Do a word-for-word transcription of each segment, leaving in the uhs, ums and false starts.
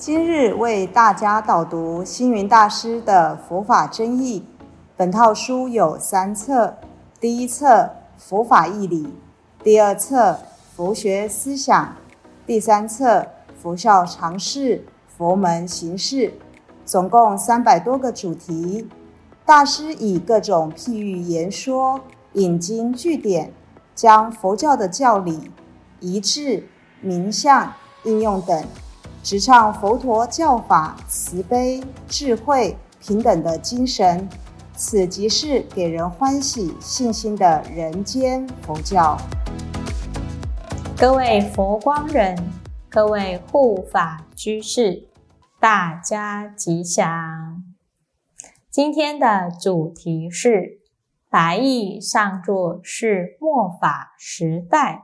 今日为大家导读星云大师的佛法真义。本套书有三册：第一册佛法义理，第二册佛学思想，第三册佛教常识、佛门行事，总共三百多个主题。大师以各种譬喻言说、引经据典，将佛教的教理、仪制、名相、应用等，直唱佛陀教法慈悲、智慧、平等的精神，此即是给人欢喜信心的人间佛教。 各位佛光人，各位护法居士，大家吉祥。今天的主题是白衣上座是末法时代。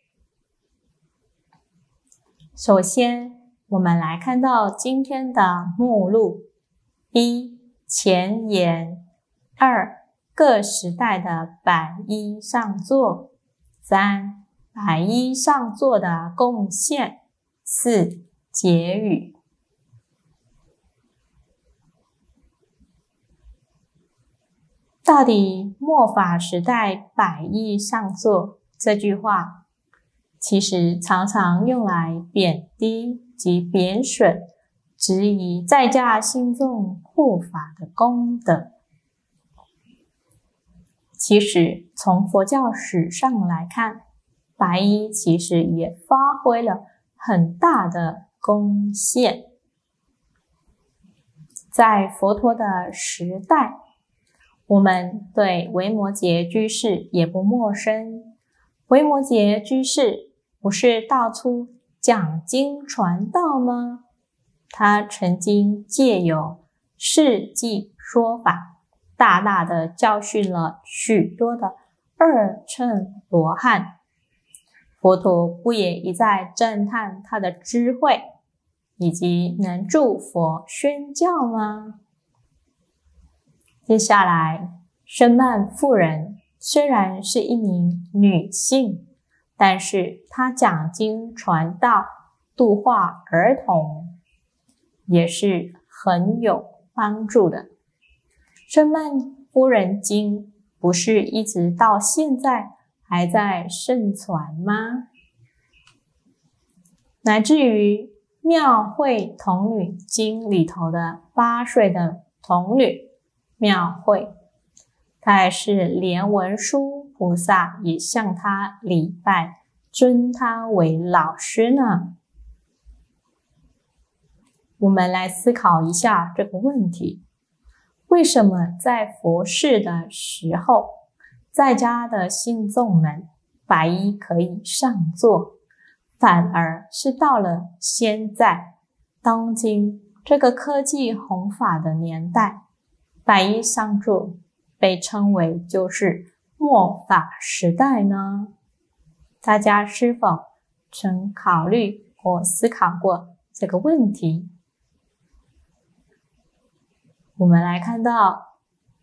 首先我们来看到今天的目录：一、前言；二、各时代的白衣上座；三、白衣上座的贡献；四、结语。到底末法时代白衣上座这句话，其实常常用来贬低及贬损、质疑在家信众护法的功德。其实从佛教史上来看，白衣其实也发挥了很大的贡献。在佛陀的时代，我们对维摩诘居士也不陌生。维摩诘居士不是到处讲经传道吗？他曾经借由事迹说法，大大的教训了许多的二乘罗汉。佛陀不也一再赞叹他的智慧，以及能助佛宣教吗？接下来，申曼夫人虽然是一名女性，但是她讲经传道、度化儿童，也是很有帮助的。申曼夫人经不是一直到现在还在盛传吗？乃至于妙慧童女经里头的八岁的童女妙慧，她还是连文殊菩萨也向她礼拜，尊她为老师呢。我们来思考一下这个问题：为什么在佛事的时候，在家的信众们白衣可以上座，反而是到了现在当今这个科技弘法的年代，白衣上座被称为就是末法时代呢？大家是否曾考虑或思考过这个问题？我们来看到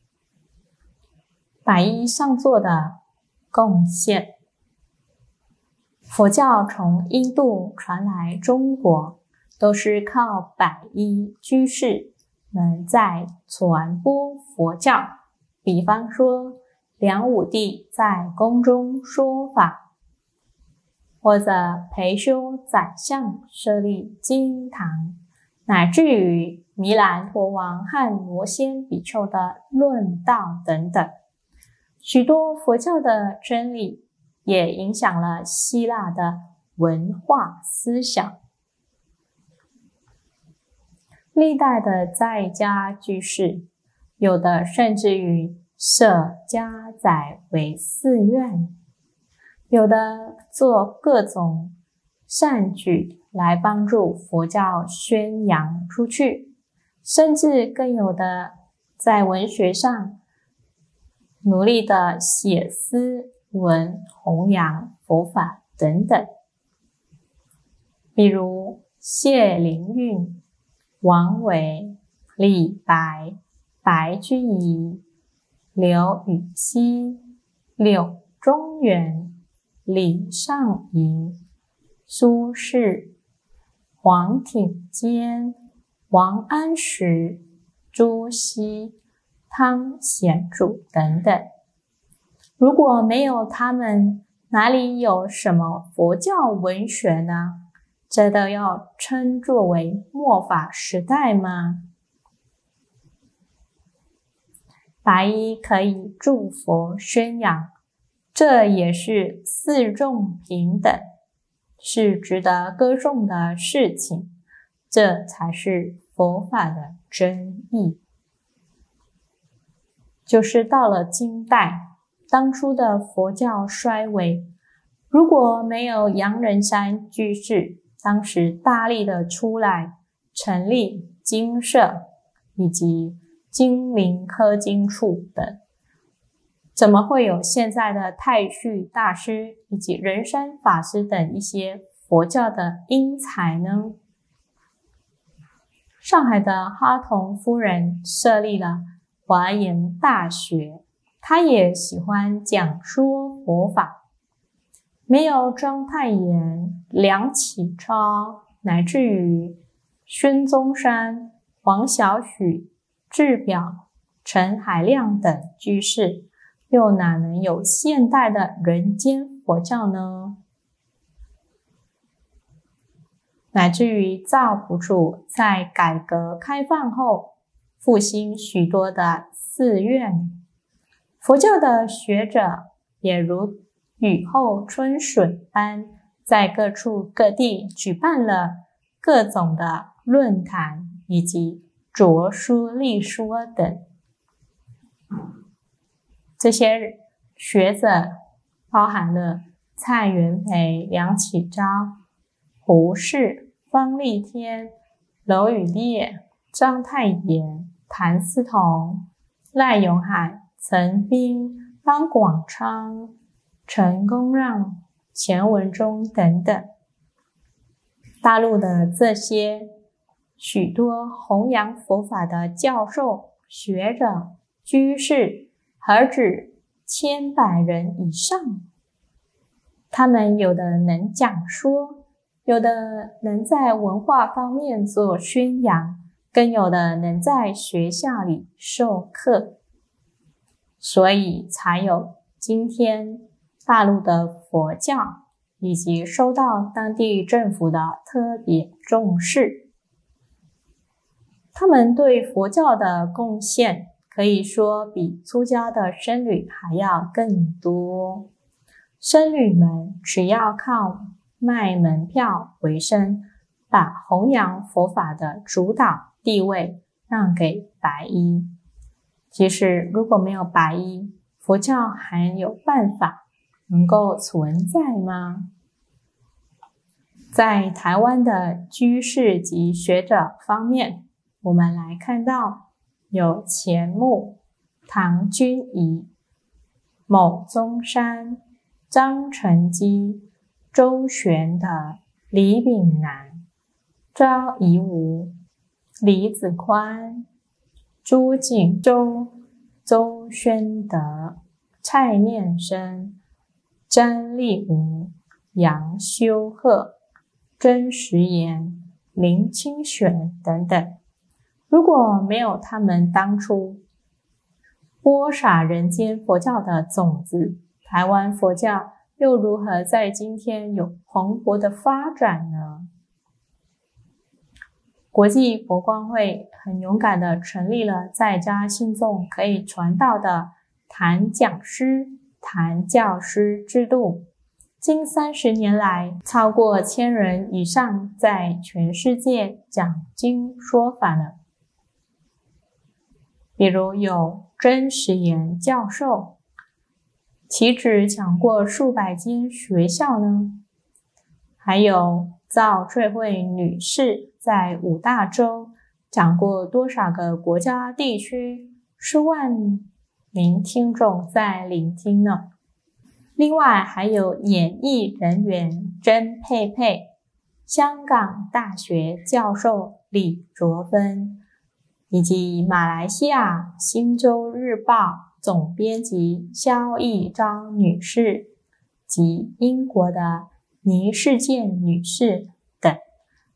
白衣上座的贡献。佛教从印度传来中国，都是靠白衣居士们在传播佛教。比方说梁武帝在宫中说法，或者培修宰相设立经堂，乃至于弥兰陀王和罗仙比丘的论道等等，许多佛教的真理也影响了希腊的文化思想。历代的在家居士，有的甚至于设家宅为寺院，有的做各种善举来帮助佛教宣扬出去，甚至更有的在文学上努力的写诗文弘扬佛法等等。比如谢灵运、王维、李白、白居易、刘禹锡、柳宗元、李商隐、苏轼、 黄挺坚、王安石、朱熹、汤显祖等等。如果没有他们，哪里有什么佛教文学呢？这都要称作为末法时代吗？白衣可以助佛宣扬，这也是四众平等，是值得歌颂的事情，这才是佛法的真意。就是到了金代，当初的佛教衰微，如果没有杨仁山居士当时大力的出来成立经社以及金陵科经处等，怎么会有现在的太虚大师以及仁山法师等一些佛教的英才呢？上海的哈同夫人设立了华严大学，她也喜欢讲说佛法。没有章太炎、梁启超，乃至于孙中山、黄小许、智表、陈海亮等居士，又哪能有现代的人间佛教呢？乃至于赵朴初在改革开放后，复兴许多的寺院，佛教的学者也如雨后春笋般，在各处各地举办了各种的论坛以及着书立说等。这些学者包含了蔡元培、梁启超、胡适、方励天、娄宇烈、章太炎、谭嗣同、赖永海、陈彬、方广昌、陈公让、钱文忠等等。大陆的这些许多弘扬佛法的教授、学者、居士，何止千百人以上。他们有的能讲说，有的能在文化方面做宣扬，更有的能在学校里授课，所以才有今天大陆的佛教，以及受到当地政府的特别重视。他们对佛教的贡献可以说比出家的僧侣还要更多。僧侣们只要靠卖门票为生，把弘扬佛法的主导地位让给白衣。其实如果没有白衣，佛教还有办法能够存在吗？在台湾的居士及学者方面，我们来看到有钱穆、唐君仪、牟宗山、张成基、周旋的李炳南、赵宜吾、李子宽、朱景周、周宣德、蔡念生、詹立吾、杨修鹤、曾时言、林清玄等等。如果没有他们当初播撒人间佛教的种子，台湾佛教又如何在今天有蓬勃的发展呢？国际佛光会很勇敢地成立了在家信众可以传道的坛讲师、坛教师制度，近三十年来，超过千人以上在全世界讲经说法了。比如有曾时言教授，岂止讲过数百间学校呢？还有赵翠慧女士在五大洲讲过多少个国家地区，数万名听众在聆听呢。另外还有演艺人员曾佩佩、香港大学教授李卓芬，以及马来西亚《新洲日报》总编辑萧义章女士及英国的倪世健女士等，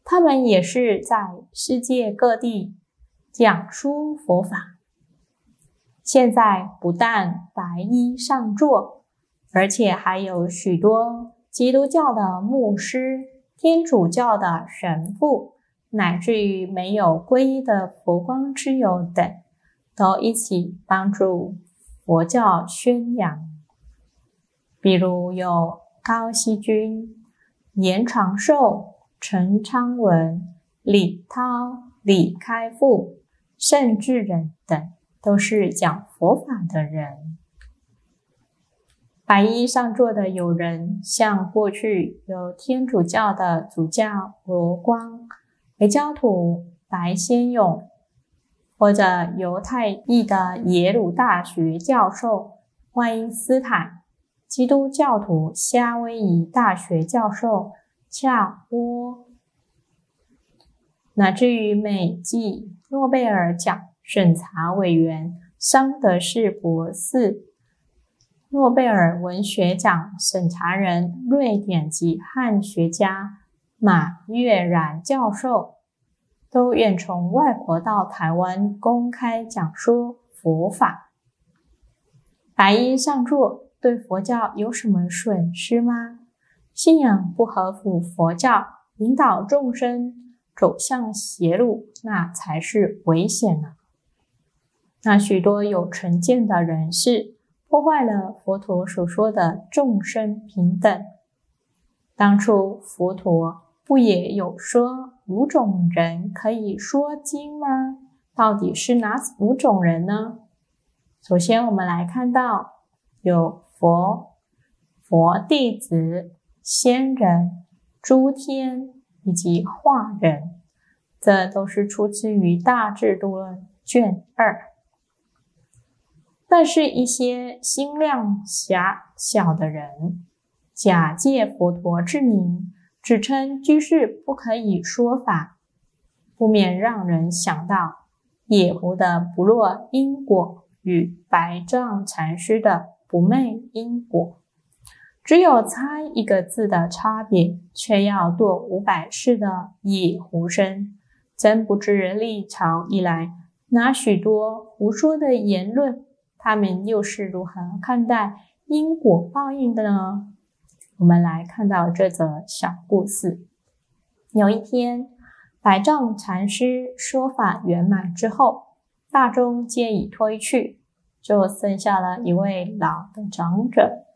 他们也是在世界各地讲述佛法。现在不但白衣上座，而且还有许多基督教的牧师、天主教的神父，乃至于没有皈依的佛光之友等，都一起帮助佛教宣扬。比如有高希均、严长寿、陈昌文、李涛、李开复、盛智仁等，都是讲佛法的人。白衣上座的友人，像过去有天主教的主教罗光、回教徒白先勇，或者犹太裔的耶鲁大学教授万因斯坦，基督教徒夏威夷大学教授恰波，乃至于美籍诺贝尔奖审查委员桑德士博士、诺贝尔文学奖审查人瑞典籍汉学家马悦然教授，都愿从外国到台湾公开讲说佛法。白衣上座对佛教有什么损失吗？信仰不合乎佛教，引导众生走向邪路，那才是危险了。那许多有成见的人士破坏了佛陀所说的众生平等。当初佛陀不也有说五种人可以说经吗？到底是哪五种人呢？首先我们来看到有佛、佛弟子、仙人、诸天以及化人，这都是出自于大智度论卷二。但是一些心量狭小的人，假借佛陀之名，只称居士不可以说法，不免让人想到野狐的不落因果与白丈禅师的不昧因果，只有差一个字的差别，却要堕五百世的野狐身。真不知历朝以来哪许多胡说的言论，他们又是如何看待因果报应的呢？我们来看到这则小故事。有一天，白丈禅师说法圆满之后，大众皆已退去，就剩下了一位老的长者。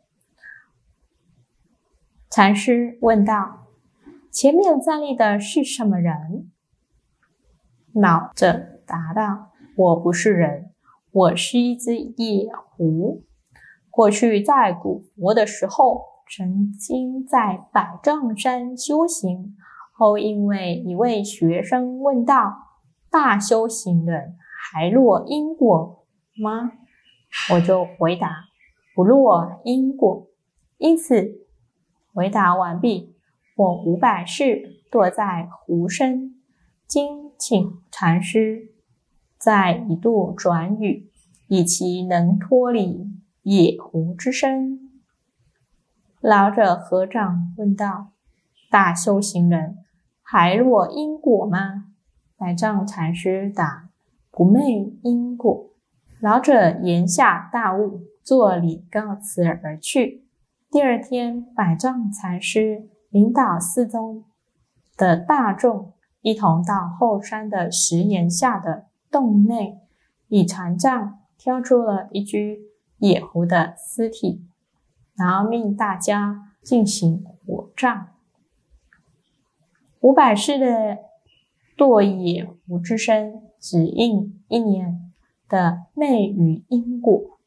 禅师问道：前面站立的是什么人？老者答道：我不是人，我是一只野狐。过去在古佛的时候，曾经在百丈山修行，后因为一位学生问道：大修行人还落因果吗？我就回答：不落因果。因此回答完毕，我五百世堕在狐身，今请禅师再一度转语，以其能脱离野狐之身。老者合掌问道：大修行人还落因果吗？白丈禅师答：不昧因果。老者言下大悟，作礼告辞而去。第二天，百丈禅师领导寺中的大众一同到后山的石岩下的洞内，以禅杖挑出了一具野狐的尸体，然后命大家进行火葬。五百世的堕野狐之身，只应一年的昧于因果。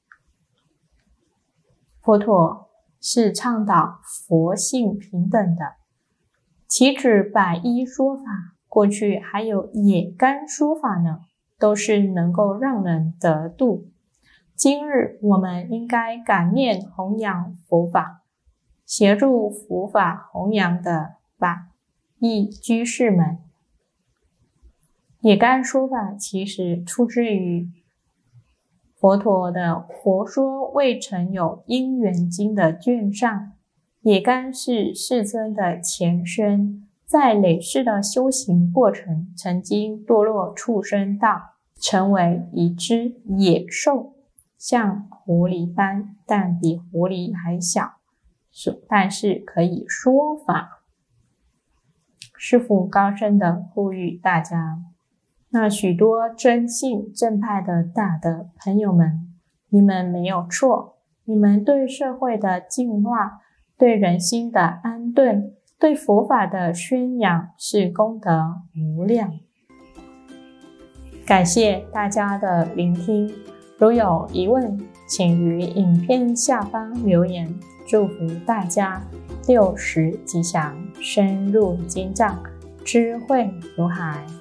佛陀是倡导佛性平等的，岂止白衣说法，过去还有野干说法呢，都是能够让人得度。今日我们应该感念弘扬佛法，协助佛法弘扬的白衣居士们。野干说法其实出自于佛陀的《佛说未曾有因缘经》的卷上。野干是世尊的前身， 在累世的修行过程，曾经堕落畜生道，成为一只野兽，像狐狸般，但比狐狸还小，但是可以说法。师父高声地呼吁大家，那许多真信正派的大德朋友们，你们没有错，你们对社会的净化，对人心的安顿，对佛法的宣扬是功德无量。感谢大家的聆听，如有疑问，请于影片下方留言。祝福大家六时吉祥，深入经藏，智慧如海。